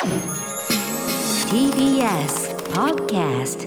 TBS Podcast。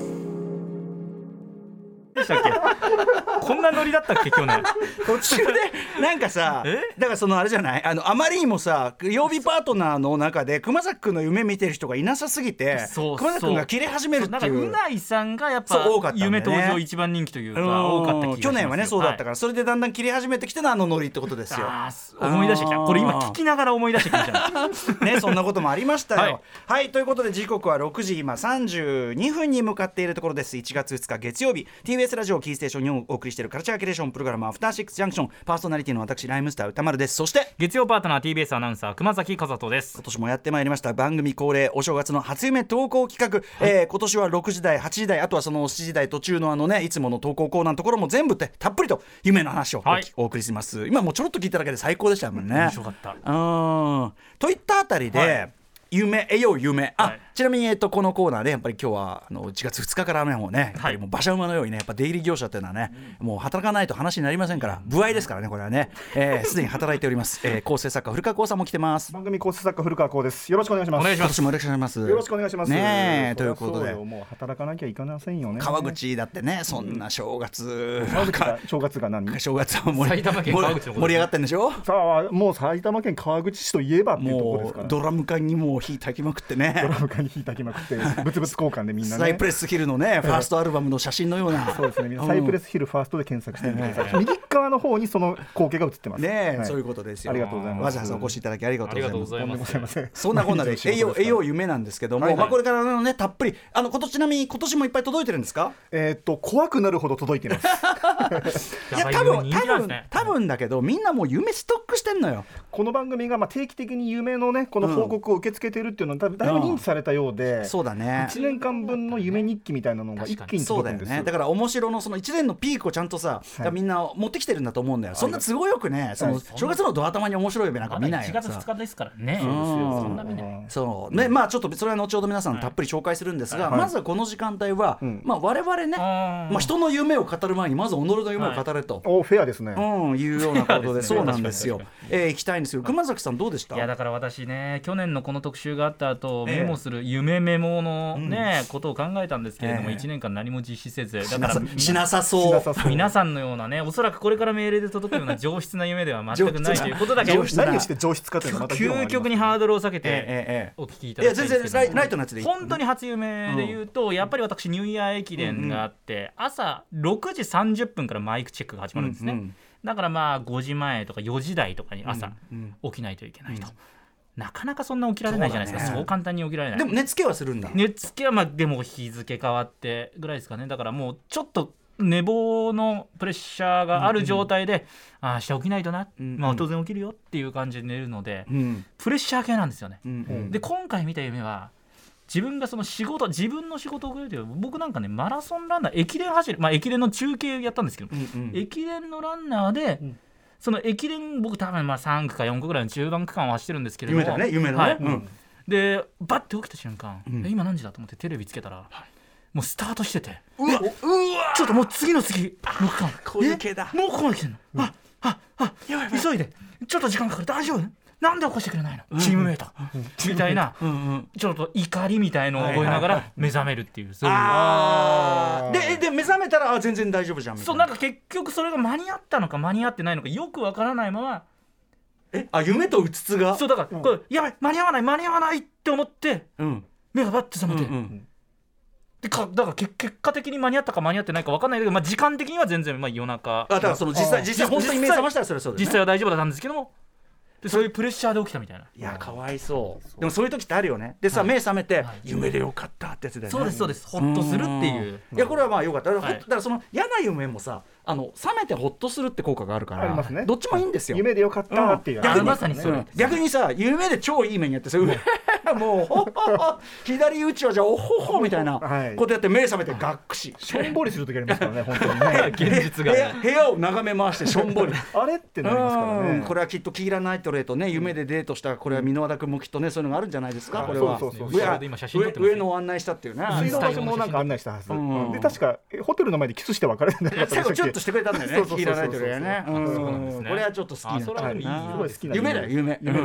でしたっけこんなノリだったっけ去年。 途中でなんかさ、だからそのあれじゃない、あまりにもさ曜日パートナーの中で熊崎くんの夢見てる人がいなさすぎて、 そう熊崎くんが切れ始めるっていう。 なんかうないさんがやっぱそう多かったんだよね夢登場一番人気というか多かった気がします。 去年はねそうだったから、 はい、 それでだんだん切れ始めてきてのノリってことですよ。 思い出してきた。これ今聞きながら思い出してきましたね、そんなこともありましたよ。 はい、 はい、ということで時刻は6時今32分に向かっているところです。1月2日月曜日 TBS ラジオキーステーションにお送りしているカルチャーキュレーションプログラムアフターシックスジャンクション、パーソナリティの私ライムスター歌丸です。そして月曜パートナー TBS アナウンサー熊崎和人です。 今年もやってまいりました番組恒例お正月の初夢投稿企画、今年は6時台8時台あとはその7時台途中のねいつもの投稿コーナーのところも全部たっぷりと夢の話をお送りします。今もうちょろっと聞いただけで最高でしたもんね。 面白かった。 といったあたりで、はい、夢はい、ちなみに、このコーナーでやっぱり今日は1月2日からねもうねやっぱりもう馬車馬のようにねやっぱ出入り業者っていうのはね、もう働かないと話になりませんから、歩合ですからねこれはね、すでに働いております、構成作家古川光さんも来てます。 番組構成作家古川光です。よろしくお願いします。 今年もよろしくお願いします。 よろしくお願いしますね。ということでもう働かなきゃいけませんよね。 川口だってねそんな正月、 正月が何？ 正月は埼玉県川口の盛り上がってんでしょ。 さあもう埼玉県川口市といえばっていうところですから、 もうドラム缶にもう火焚きまくってね、 ドラム缶に火焚きまくって物々交換でみんなね、 サイプレスヒルのねファーストアルバムの写真のような、 そうですね、みんなサイプレスヒルファーストで検索してみてください。右側の方にその光景が映ってますね、 はい、 そういうことですよ。 ありがとうございます。 わざわざお越しいただきありがとうございます。そんなこんなで栄養夢なんですけども、 はいはい、 これからのねたっぷりちなみに今年もいっぱい届いてるんですか？ 怖くなるほど届いてますいや多分だけどみんなもう夢ストックしてんのよ。 この番組が定期的に夢のねこの報告を受け付けているっていうのはだいぶ認知されたようで、 そうだね、 1年間分の夢日記みたいなのが一気に届くんです。 そうだよね。だから面白のその1年のピークをちゃんとさ、はい、みんな持ってきてるんだと思うんだよ。そんな都合よくね、その正月のド頭に面白い夢なんか見ないよさ。 1月2日ですからね。 そんな見ない。そうね、まあちょっとそれは後ほど皆さんたっぷり紹介するんですが、まずはこの時間帯は、まあ我々ね、まあ人の夢を語る前にまず己の夢を語れと、 フェアですね、 いうようなことで、そうなんですよ。行きたいんですけど、熊崎さんどうでした？ いやだから私ね去年のこの特集があった後、メモする夢メモのね、ことを考えたんですけれども、1年間何も実施せず、だからしなさそう皆さんのようなね、おそらくこれからメールで届くような上質な夢では全くないということだけ何をして上質かというのはまた究極にハードルを下げてお聞きいただきたいんですけど、 いや全然ライトなやつでいい。 本当に初夢で言うと、やっぱり私ニューイヤー駅伝があって、朝6時30分からマイクチェックが始まるんですね。だからまあ5時前とか4時台とかに朝起きないといけないと、なかなかそんな起きられないじゃないですか。そう簡単に起きられない。 でも寝つけはするんだ。 寝つけはまあでも日付変わってぐらいですかね。だからもうちょっと寝坊のプレッシャーがある状態で、明日起きないとな、まあ当然起きるよっていう感じで寝るので、プレッシャー系なんですよね。で今回見た夢は自分がその自分の仕事をくれるという、僕なんかねマラソンランナー駅伝走る、まあ駅伝の中継やったんですけど、駅伝のランナーで、その駅伝僕多分まあ3区か4区ぐらいの中盤区間を走ってるんですけれども、 夢だね、 でバッて起きた瞬間、今何時だと思ってテレビつけたら、もうスタートしてて、 うわちょっともう次の区間こういう系だ。 もうここまで来てんの、急いでちょっと時間かかる、大丈夫なんで起こしてくれないの、チームメイトみたいなちょっと怒りみたいのを覚えながら目覚めるっていう、そういうで目覚めたら全然大丈夫じゃんみたいな。 そう、なんか結局それが間に合ったのか間に合ってないのかよくわからないまま、 夢とうつつが、 そうだからこれやばい間に合わないって思って、目がバッて覚めて、だから結果的に間に合ったか間に合ってないか分かんないけど、まあ、時間的には全然夜中、 だからその実際本当に目覚ましたらそれはそうですね。 実際は大丈夫だったんですけども、でそういうプレッシャーで起きたみたいな。 いやかわいそう。でもそういう時ってあるよね。でさ、目覚めて、夢でよかったってやつだよね。 そうですほっとするっていう。 いやこれはまあよかった。だからその嫌な夢もさ、覚めてほっとするって効果があるから、 ありますね、 どっちもいいんですよ。 夢でよかったっていう、 まさにそれ。 逆にさ夢で超いい目にやってさ、もうほっほ左打ちはじゃあおほほみたいなことやって目覚めてがっくししょんぼりする時ありますからね本当にね現実が部屋を眺め回してしょんぼりあれってなりますからね。 これはきっとキーラ・ナイトレイとね夢でデートしたこれは箕輪田君もきっとねそういうのがあるんじゃないですか。これは上野を案内したっていうね、 水の場所もなんか案内したはずで、確かホテルの前でキスして別れるんだよ。 最後ちょっとしてくれたんだよねキーラ・ナイトレイはね。これはちょっと好きなすごい好きな夢だよ夢。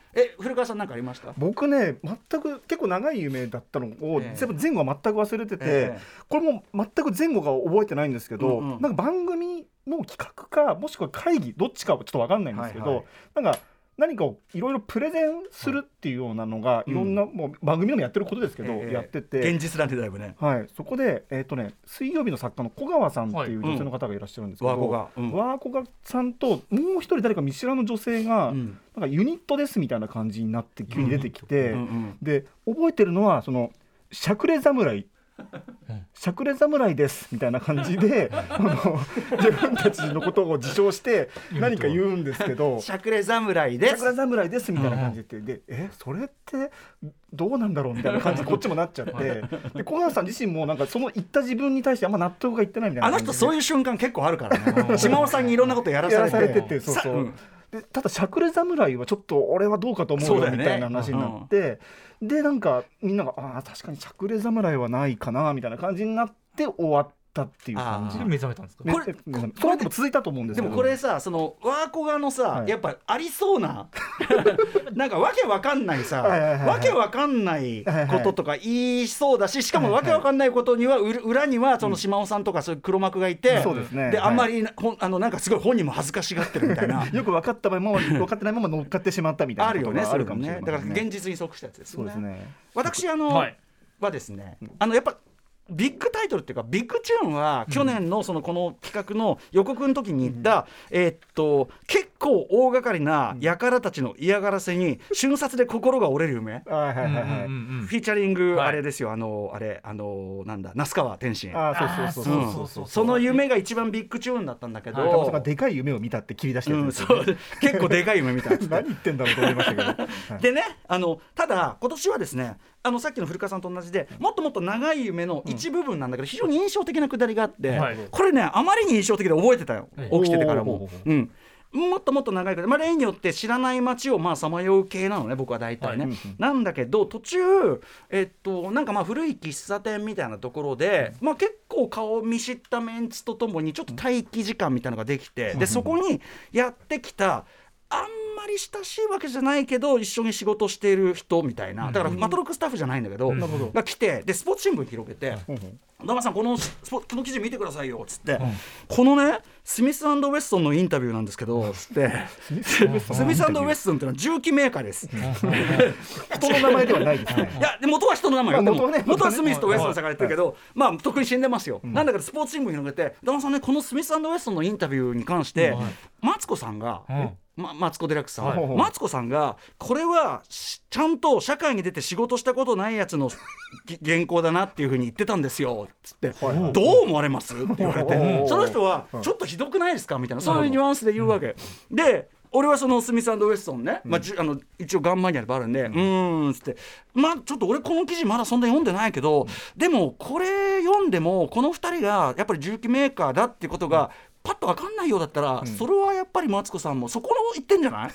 古川さん何かありました？ 僕ね全く結構長い夢だったのを、全部前後は全く忘れてて、これも全く前後が覚えてないんですけど、なんか番組の企画かもしくは会議どっちかはちょっと分かんないんですけど、なんか何かをいろいろプレゼンするっていうようなのが、いろんなもう番組でもやってることですけど、やってて現実なんでだいぶね、 そこで水曜日の作家の小川さんっていう女性の方がいらっしゃるんですけど、ワーコガさんともう一人誰か見知らぬ女性が、なんかユニットですみたいな感じになって急に出てきて、で覚えてるのはそのしゃくれ侍しゃくれ侍ですみたいな感じで自分たちのことを自称して何か言うんですけどしゃくれ侍ですしゃくれ侍ですみたいな感じで、それってどうなんだろうみたいな感じでこっちもなっちゃってで小川さん自身もなんかその言った自分に対してあんま納得がいってないみたいな感じで、 あの人そういう瞬間結構あるからね島尾さんにいろんなことやらされててそうそうでただしゃくれ侍はちょっと俺はどうかと思うよみたいな話になって、でなんかみんなが確かにしゃくれ侍はないかなみたいな感じになって終わったっていう感じで目覚めたんですか？ これその後も続いたと思うんですけど、 でもこれさそのワーコガのさ、やっぱありそうななんかわけわかんないさわけわかんないこととか言いそうだし、しかもわけわかんないことには裏にはその島尾さんとかそういう黒幕がいて、であんまりなんかすごい本人も恥ずかしがってるみたいなよく分かった場合も分かってないまま乗っかってしまったみたいなことがあるかもしれないだから現実に即したやつですね。 そうですね。 私はですねやっぱビッグタイトルっていうかビッグチューンは去年のこの企画の予告の時に言った、結構大掛かりな輩たちの嫌がらせに瞬殺で心が折れる夢、フィーチャリングあれですよ、なんだ那須川天心、その夢が一番ビッグチューンだったんだけど、 玉さんがでかい夢を見たって切り出してるんですよね。 結構でかい夢見た何言ってんだろうと思いましたけどでねただ今年はですねさっきの古川さんと同じでもっともっと長い夢の一部分なんだけど、非常に印象的なくだりがあって、これねあまりに印象的で覚えてたよ、起きててからも、もっともっと長いくだり、例によって知らない街をさまよう系なのね僕は大体ね、なんだけど途中なんか古い喫茶店みたいなところで、結構顔見知ったメンツとともにちょっと待機時間みたいなのができて、でそこにやってきたあんまり親しいわけじゃないけど一緒に仕事している人みたいな、だからマトロックスタッフじゃないんだけど、が来て、でスポーツ新聞広げて「ダマさんこの記事見てくださいよ」っつって、このねスミス&ウェストンのインタビューなんですけどつってスミス&ウェストンっていうのは重機メーカーです人の名前ではないですね。 いやで元は人の名前よ、元はスミスとウェストンされてるけど、とっくに死んでますよ、なんだけどスポーツ新聞広げて「ダマさんねこのスミス&ウェストンのインタビューに関してマツコさんがマツコ・デラックスさん、マツコさんがこれはちゃんと社会に出て仕事したことないやつの原稿だなっていうふうに言ってたんですよつって、どう思われますって言われて、その人はちょっとひどくないですかみたいな、そういうニュアンスで言うわけで、俺はそのスミス&ウェストンね、一応ガンマニアでもあるんで、つってちょっと俺この記事まだそんな読んでないけど、でもこれ読んでもこの2人がやっぱり重機メーカーだっていうことがパッと分かんないようだったら、それはやっぱりマツコさんもそこの言ってんじゃない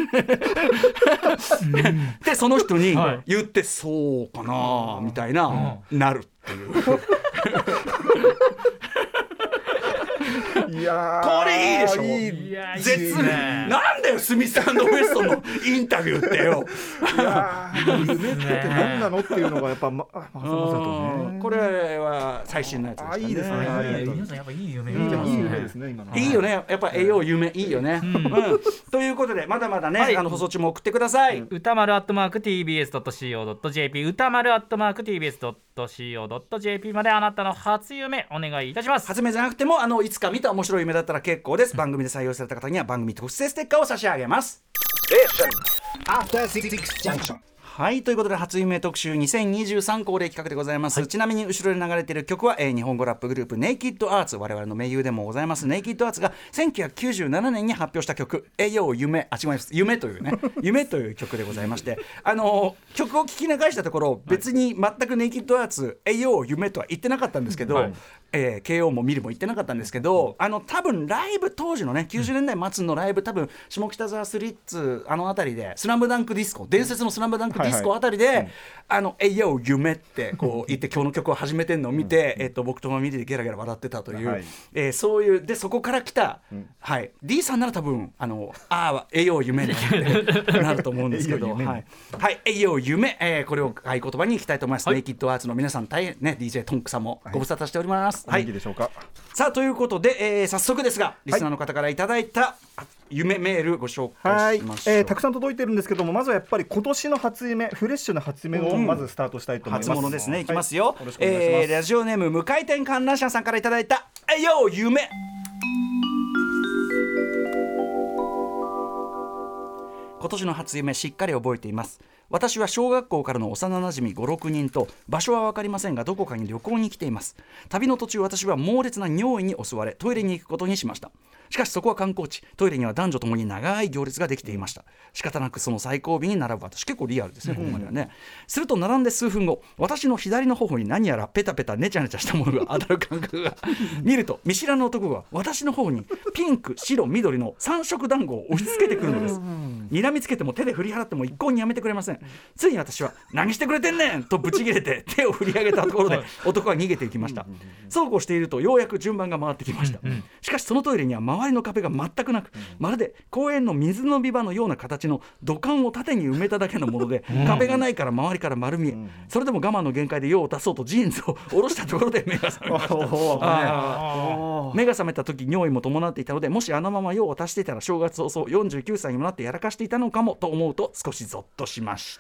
でその人に言って、そうかなみたいな、なるっていういやこれいいでしょ、絶妙なんだよスミス&ウェストンのインタビューってよ夢って何なのっていうのがやっぱまさとね、 これは最新のやつですね。 いいですね。 皆さんやっぱいい夢見てますね。 いい夢ですね今の。 いいよねやっぱ栄養夢いいよね。ということでまだまだね放送中も送ってください。 歌丸@tbs.co.jp 歌丸@tbs.co.jp まであなたの初夢お願いいたします。 初夢じゃなくてもいつか見た面白い夢だったら結構です。番組で採用された方には番組特製ステッカーを差し上げます。はい、ということで初夢特集2023恒例企画でございます、ちなみに後ろで流れている曲は、日本語ラップグループネイキッドアーツ、我々の盟友でもございますネイキッドアーツが1997年に発表した曲「夢」違います夢というね夢という曲でございまして、曲を聴き流したところ別に全くネイキッドアーツ夢とは言ってなかったんですけど、 KO も見るも行ってなかったんですけど、多分ライブ当時のね90年代末のライブ、多分下北沢スリッツあたりでスラムダンクディスコ、伝説のスラムダンクディスコあたりで、えいよ夢ってこう言って今日の曲を始めてるのを見て、僕とも見ててゲラゲラ笑ってたという、そういうでそこから来た、D さんなら多分えいよ夢ねってなると思うんですけどえいよ夢、これを合言葉にいきたいと思います。ネイキッドアーツの皆さん大変ね DJ トンクさんもご無沙汰しております。 元気でしょうか。 さあということで、早速ですがリスナーの方からいただいた夢メールご紹介しましょう。 たくさん届いてるんですけども、まずはやっぱり今年の初夢、フレッシュな初夢をまずスタートしたいと思います。 初物ですね、いきますよ、 よろしくお願いします。 ラジオネーム無回転観覧車さんからいただいたえいよ夢。今年の初夢しっかり覚えています。私は小学校からの幼なじみ 5,6 人と場所は分かりませんがどこかに旅行に来ています。旅の途中私は猛烈な尿意に襲われトイレに行くことにしました。しかしそこは観光地、トイレには男女ともに長い行列ができていました。仕方なくその最後尾に並ぶ私、結構リアルですね、ここまではね。すると並んで数分後、私の左の頬に何やらペタペタネチャネチャしたものが当たる感覚が見ると見知らぬ男が私の方にピンク、白、緑の3色団子を押し付けてくるのです。睨みつけても手で振り払っても一向にやめてくれません。ついに私は何してくれてんねんとブチ切れて手を振り上げたところで男は逃げていきました。そうこうしているとようやく順番が回ってきました。しかしそのトイレには周りの壁が全くなく、まるで公園の水飲み場のような形の土管を縦に埋めただけのもので、壁がないから周りから丸見え。それでも我慢の限界で用を足そうとジーンズを下ろしたところで目が覚めました。目が覚めた時尿意も伴っていたので、もしあのまま用を足していたら正月早々49歳にもなってやらかしていたのかもと思うと少しゾッとしました。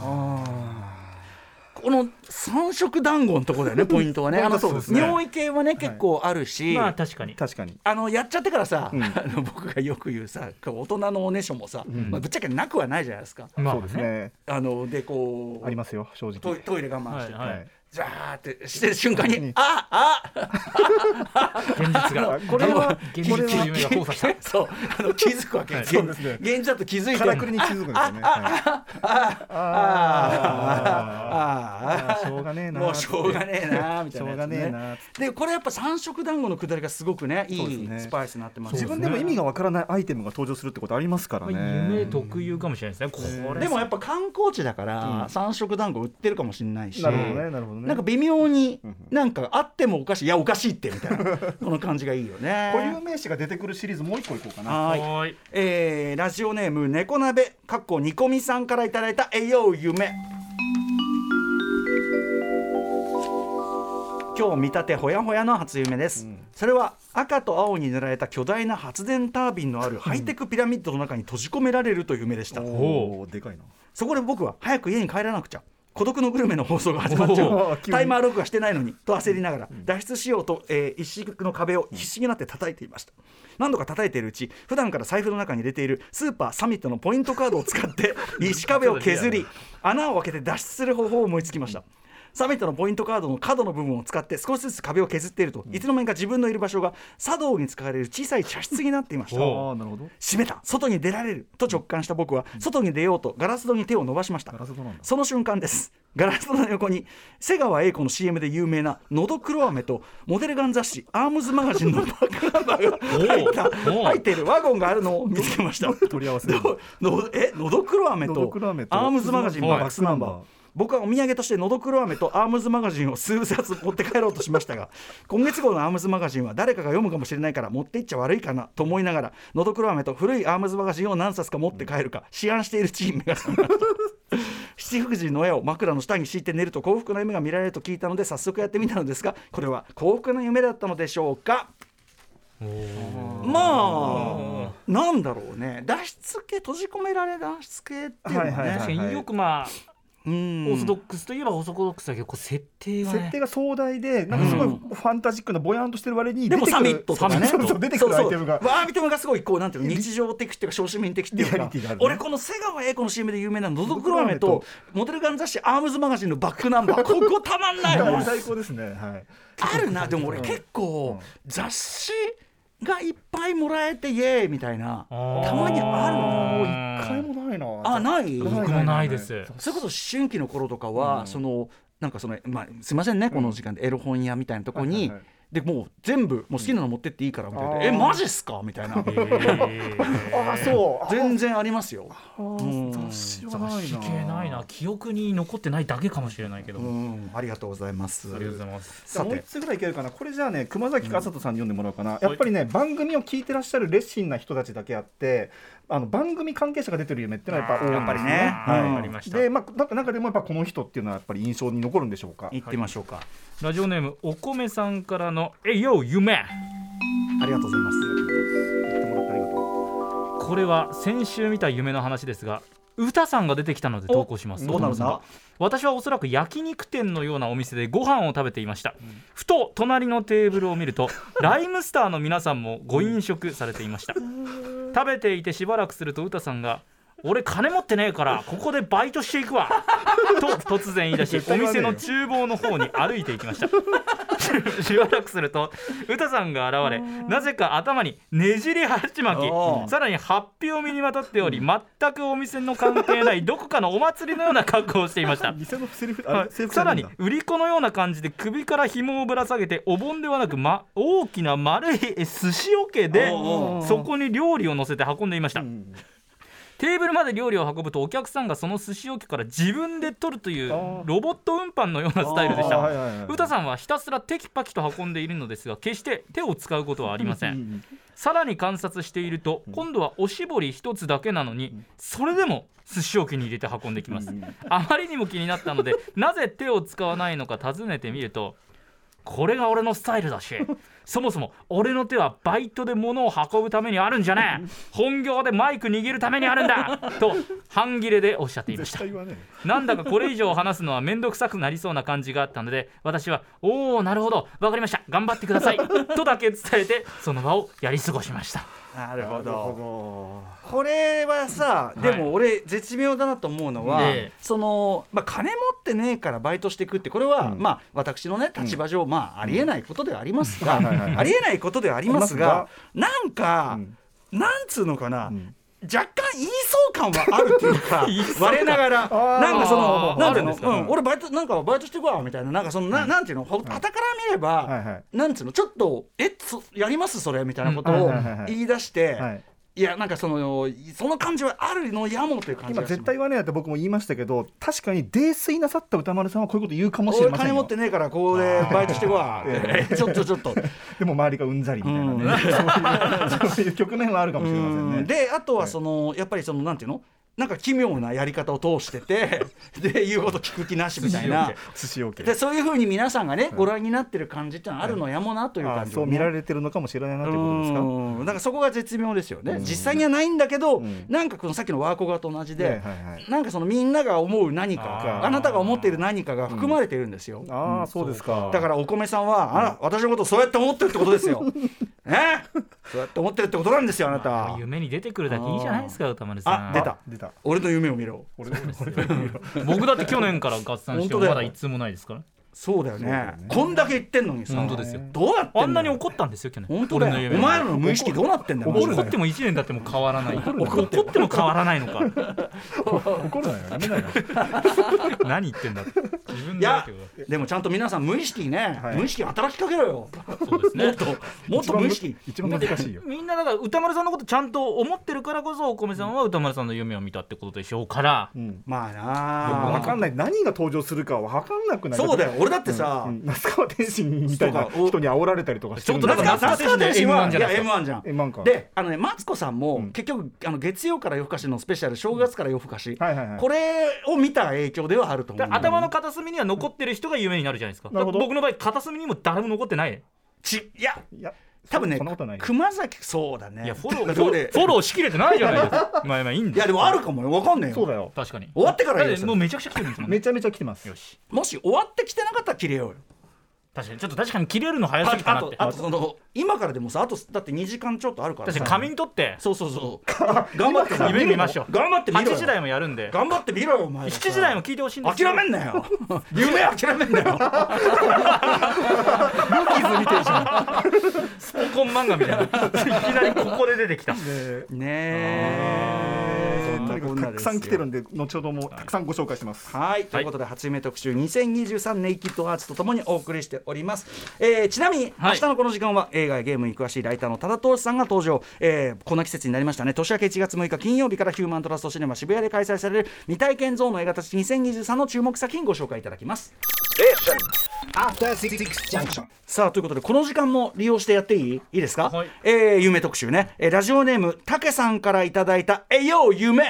この三色団子のところだよねポイントはね。 そうですね、 尿意系はね結構あるし、 まあ確かにやっちゃってからさ、僕がよく言うさ大人のおねしょもさ、ぶっちゃけなくはないじゃないですか。 そうですね。 でこうありますよ正直。 トイレ我慢してて、ジャーってしてる瞬間に現実がこれは現実の夢が交差したそう気づくわけ。現実だと気づいてからくりに気づくんですよね。しょうがねえな、 もうしょうがねえなみたいな、 しょうがねえな。 でこれやっぱ三色団子のくだりがすごくねいいスパイスになってます。 自分でも意味がわからないアイテムが登場するってことありますからね。 夢特有かもしれないですね。これでもやっぱ観光地だから三色団子売ってるかもしれないし、 なるほどねなるほどね。 なんか微妙になんかあってもおかしい、いやおかしいってみたいなこの感じがいいよね。 固有名詞が出てくるシリーズもう一個いこうかな。 はい、ラジオネーム猫鍋かっこ煮込みさんからいただいたえよう夢。今日見立てほやほやの初夢です、それは赤と青に塗られた巨大な発電タービンのあるハイテクピラミッドの中に閉じ込められるという夢でした。 おーでかいな。 そこで僕は早く家に帰らなくちゃ、孤独のグルメの放送が始まっちゃう、タイマー録画してないのにと焦りながら脱出しようと、一式の壁を必死になって叩いていました。何度か叩いているうち普段から財布の中に入れているスーパーサミットのポイントカードを使って石壁を削り穴を開けて脱出する方法を思いつきました。サミットのポイントカードの角の部分を使って少しずつ壁を削っていると、いつの間にか自分のいる場所が茶道に使われる小さい茶室になっていました。 なるほど。 閉めた、外に出られると直感した僕は外に出ようとガラス戸に手を伸ばしました。その瞬間です。ガラス戸の横に瀬川栄子の CM で有名なのどくろ飴とモデルガン雑誌アームズマガジンのバックナンバーが入っているワゴンがあるのを見つけました。 取り合わせのどくろ飴とアームズマガジンバックナンバー。僕はお土産としてのどくろ飴とアームズマガジンを数冊持って帰ろうとしましたが、今月号のアームズマガジンは誰かが読むかもしれないから持っていっちゃ悪いかなと思いながら、のどくろ飴と古いアームズマガジンを何冊か持って帰るか思案しているチームが七福神の絵を枕の下に敷いて寝ると幸福な夢が見られると聞いたので早速やってみたのですが、これは幸福な夢だったのでしょうか。まあなんだろうね、脱出系、閉じ込められ脱出系っていうのはね、 よくまあオーソドックスといえばオーソドックスだけど、設定が壮大でなんかすごいファンタジックなぼやんとしてる割にでもサミットとかね出てくるアイテムがアイテムがすごいこうなんていうの日常的っていうか小市民的っていうか、俺この瀬川栄子の CM で有名なのどくろ飴とモデルガン雑誌アームズマガジンのバックナンバーここたまんない最高ですね。 あるな。でも俺結構雑誌がいっぱいもらえてイエーイみたいなたまにあるな。 一回もないな。 あ、ない？ 僕もないです。 それこそ思春期の頃とかは、そのなんかその、すいませんね、この時間でエロ本屋みたいなとこに、 でもう全部もう好きなの持ってっていいからみたいな、マジっすかみたいな、 そう全然ありますよ。 雑誌系ないな、記憶に残ってないだけかもしれないけど、 ありがとうございます。 ありがとうございます。 さてもう1つぐらいいけるかな。これじゃあね、熊崎和人さんに読んでもらおうかな。やっぱりね、番組を聞いてらっしゃる熱心な人たちだけあって、番組関係者が出てる夢ってのはやっぱ多いんですね。 ありました。 で、中でもやっぱこの人っていうのはやっぱり印象に残るんでしょうか。 行ってみましょうか。 ラジオネームお米さんからのえいよ夢。 ありがとうございます。 言ってもらってありがとう。 これは先週見た夢の話ですが、歌さんが出てきたので投稿します。 どうなるんだ。 私はおそらく焼肉店のようなお店でご飯を食べていました、ふと隣のテーブルを見るとライムスターの皆さんもご飲食されていました。食べていてしばらくすると歌さんが、俺金持ってねえからここでバイトしていくわと突然言い出し、お店の厨房の方に歩いていきましたしばらくすると歌さんが現れ、なぜか頭にねじり鉢巻き、さらにハッピーを身にまとっており、全くお店の関係ないどこかのお祭りのような格好をしていましたさらに売り子のような感じで首から紐をぶら下げて、お盆ではなく、大きな丸い寿司桶でそこに料理を乗せて運んでいました。テーブルまで料理を運ぶと、お客さんがその寿司桶から自分で取るというロボット運搬のようなスタイルでした。歌さんはひたすらテキパキと運んでいるのですが、決して手を使うことはありませんさらに観察していると、今度はおしぼり一つだけなのに、それでも寿司桶に入れて運んできますあまりにも気になったので、なぜ手を使わないのか尋ねてみると、これが俺のスタイルだし、そもそも俺の手はバイトで物を運ぶためにあるんじゃねえ、本業でマイク握るためにあるんだと半切れでおっしゃっていました。なんだかこれ以上話すのは面倒くさくなりそうな感じがあったので、私はおーなるほど分かりました、頑張ってくださいとだけ伝えて、その場をやり過ごしました。 なるほど。これはさ、でも俺絶妙だなと思うのは、その金持ってねえからバイトしていくって、これは私のね立場上ありえないことではありますが、ありえないことではありますが、なんかなんつうのかな、若干言いそう感はあるっていうか我ながらなんかそのなんていうの、俺バイトしてくわみたいな、なんかそのなんていうの、傍から見ればなんつうの、ちょっとやりますそれみたいなことを言い出して、いやなんかその感じはあるのやもという感じがします。 今絶対言わねえって僕も言いましたけど、確かに泥酔なさった歌丸さんはこういうこと言うかもしれませんよ。 俺金持ってねえからここでバイトしてこわちょっとでも周りがうんざりみたいなね、そういう局面はあるかもしれませんね。 であとはそのやっぱりそのなんていうの、なんか奇妙なやり方を通しててで言うこと聞く気なしみたいな寿司桶で、そういう風に皆さんがねご覧になってる感じってのはあるのやもなという感じ、ね、 そう見られてるのかもしれないなということですか。 だからそこが絶妙ですよね。実際にはないんだけど、なんかこのさっきのワーコガと同じで、なんかそのみんなが思う何か、あなたが思っている何かが含まれているんですよ。 そうですか。 だからお米さんは私のことをそうやって思ってるってことですよそうやって思ってるってことなんですよ、あなた。 夢に出てくるだけいいじゃないですか、歌丸さん。 出た俺の夢を見ろ。 僕だって去年から合算してもまだ一通もないですから。 そうだよね。こんだけ言ってんのにさ。 本当ですよ。 どうなってんの。 あんなに怒ったんですよ去年。 本当だよ。お前らの無意識どうなってんだよ。 怒っても1年経っても変わらない。怒っても変わらないのか。 怒るなよ、やめなよ。 何言ってんだ。自分で。 いやでもちゃんと皆さん無意識ね、無意識働きかけろよ。 そうですね。 もっと無意識。 一番難しいよ。 みんなだから歌丸さんのことちゃんと思ってるからこそ、お米さんは歌丸さんの夢を見たってことでしょうから。 まあな。 分かんない。何が登場するかは分かんなくなる。 そうだよ。俺だってさ。 那須川天心みたいな人に煽られたりとかしてるんで。 ちょっと那須川天心は M1 じゃん。 M1 か。 でマツコさんも結局月曜から夜更かしのスペシャル、正月から夜更かし、これを見た影響ではあると思う。 頭の片隅には残ってる人が夢になるじゃないですか。僕の場合片隅にも誰も残ってない。 いや多分ね、熊崎、そうだね。 いやフォローしきれてないじゃないですか。まあいいんだ。 いやでもあるかもよ、分かんないよ。 そうだよ。 確かに。 終わってからいいよ。 もうめちゃくちゃ来てるんですもんね。 めちゃめちゃ来てます。 よし。 もし終わってきてなかったら切れようよ。 確かに切れるの早すぎたなって。 あとその今からでもさ、あとだって2時間ちょっとあるからさ。 確かに仮眠取って。 そう頑張って夢見ましょう。 頑張ってみろよ。 8時台もやるんで。 頑張ってみろよお前。 7時台も聞いてほしいんですよ。 諦めんなよ。夢諦めんなよ。 ルーキーズ見てるじゃん。 スポコン漫画みたいな。いきなりここで出てきた。 ねえ。 たくさん来てるんで後ほどもたくさんご紹介します。 はい、ということで初夢特集2023ネイキッドアーツとともにお送りしております。ちなみに明日のこの時間は映画やゲームに詳しいライターの多田投資さんが登場。こんな季節になりましたね。年明け1月6日金曜日からヒューマントラストシネマ渋谷で開催される未体験ゾーンの映画たち2023の注目作品ご紹介いただきます。さあということでこの時間も利用してやっていいですか、はい、夢特集ね、ラジオネームたけさんからいただいたよ夢。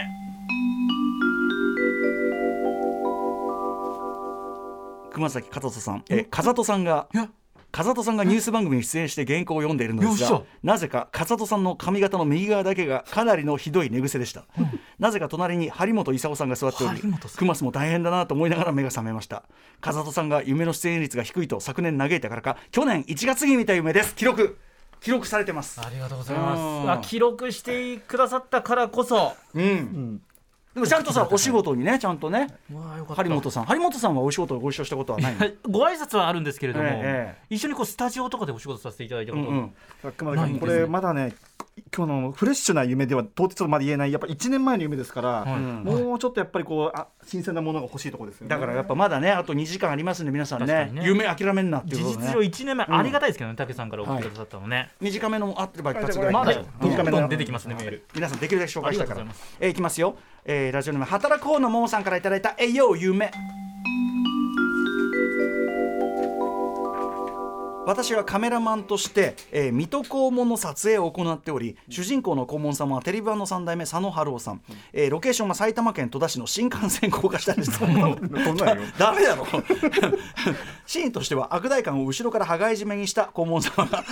熊崎和人さん、風戸さんがニュース番組に出演して原稿を読んでいるのですが、なぜか風戸さんの髪型の右側だけがかなりのひどい寝癖でした、なぜか隣に張本勲さんが座っており、熊須も大変だなと思いながら目が覚めました。風戸さんが夢の出演率が低いと昨年嘆いたからか去年1月に見た夢です。記録されてます。 ありがとうございます。記録してくださったからこそ、 でもちゃんとさお仕事にねちゃんとね張本さんはお仕事ご一緒したことはないの？ ご挨拶はあるんですけれども、一緒にこうスタジオとかでお仕事させていただいたことないんですね。 これまだね今日のフレッシュな夢では到底まで言えないやっぱ1年前の夢ですから、もうちょっとやっぱりこう新鮮なものが欲しいところですよね。 だからやっぱまだねあと2時間ありますんで皆さん ね夢諦めんなっていうことね。 事実上1年前ありがたいですけどね、竹さんから送ってくださったのね、 短めのあってば一発ぐらいまだどんどん出てきますねメール。 皆さんできるだけ紹介したからいきますよ。ラジオネーム働く方のももさんからいただいたよ夢。私はカメラマンとして、水戸黄門の撮影を行っており、主人公の黄門様はテレビ版の3代目佐野春夫さん、ロケーションは埼玉県戸田市の新幹線高架下です。ダメだろシーンとしては悪代官を後ろから羽交い締めにした黄門様が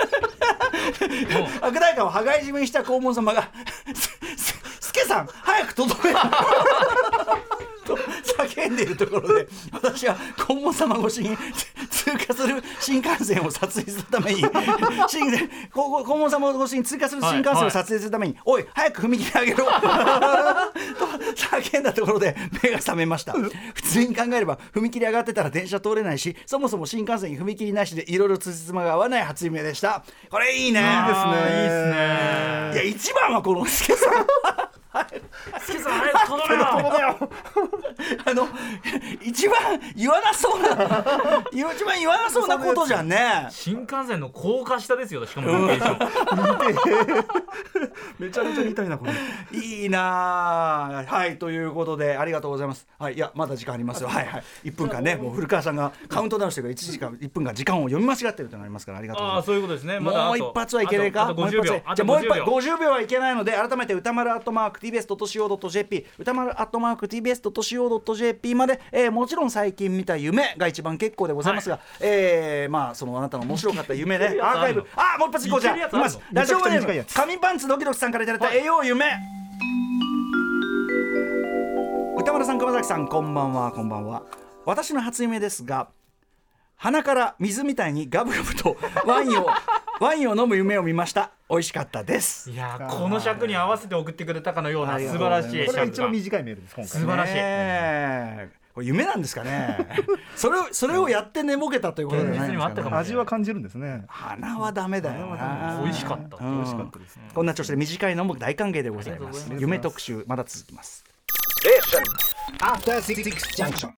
悪代官を羽交い締めにした黄門様がスケさん早く届けと叫んでいるところで、私は黄門様越しに通過する新幹線を撮影するために黄門様越しに通過する新幹線を撮影するために、おい早く踏切上げろと叫んだところで目が覚めました。普通に考えれば踏切上がってたら電車通れないし、そもそも新幹線に踏切なしでいろいろつじつまが合わない初夢でした。これいいね。いいですね。いや一番はこのスケさんスケさん早く届けろ一番言わなそうなことじゃんね。 新幹線の高架下ですよ。しかもロケーションめちゃめちゃ見たいなこれ。 いいな。はいということでありがとうございます。はい、いやまだ時間ありますよ。はい1分間ね、もう古川さんがカウントダウンしてるから1分間時間を読み間違ってるとなりますから、ありがとうございます。 そういうことですね。 もう一発はいけないか。もう50秒はいけないので、改めて歌丸@tbs.co.jp 歌丸@tbs.co.jp まで、もちろん最近見た夢が一番結構でございますが、まあそのあなたの面白かった夢ねアーカイブもう一発いこう。じゃあいきます。ラジオネーム紙パンツドキドキさんからいただいた夢。歌丸さん熊崎さんこんばんは。こんばんは。私の初夢ですが、鼻から水みたいにガブガブとワインを飲む夢を見ました。美味しかったです。 いやこの尺に合わせて送ってくれたかのような素晴らしい。 これが一番短いメールです今回。 素晴らしい。 これ夢なんですかねそれをやって寝ぼけたということじゃないですか、ね、 味は感じるんですね。 鼻はダメだよな。 美味しかった。美味しかったですね。 こんな調子で短いのも大歓迎でございます。夢特集まだ続きます。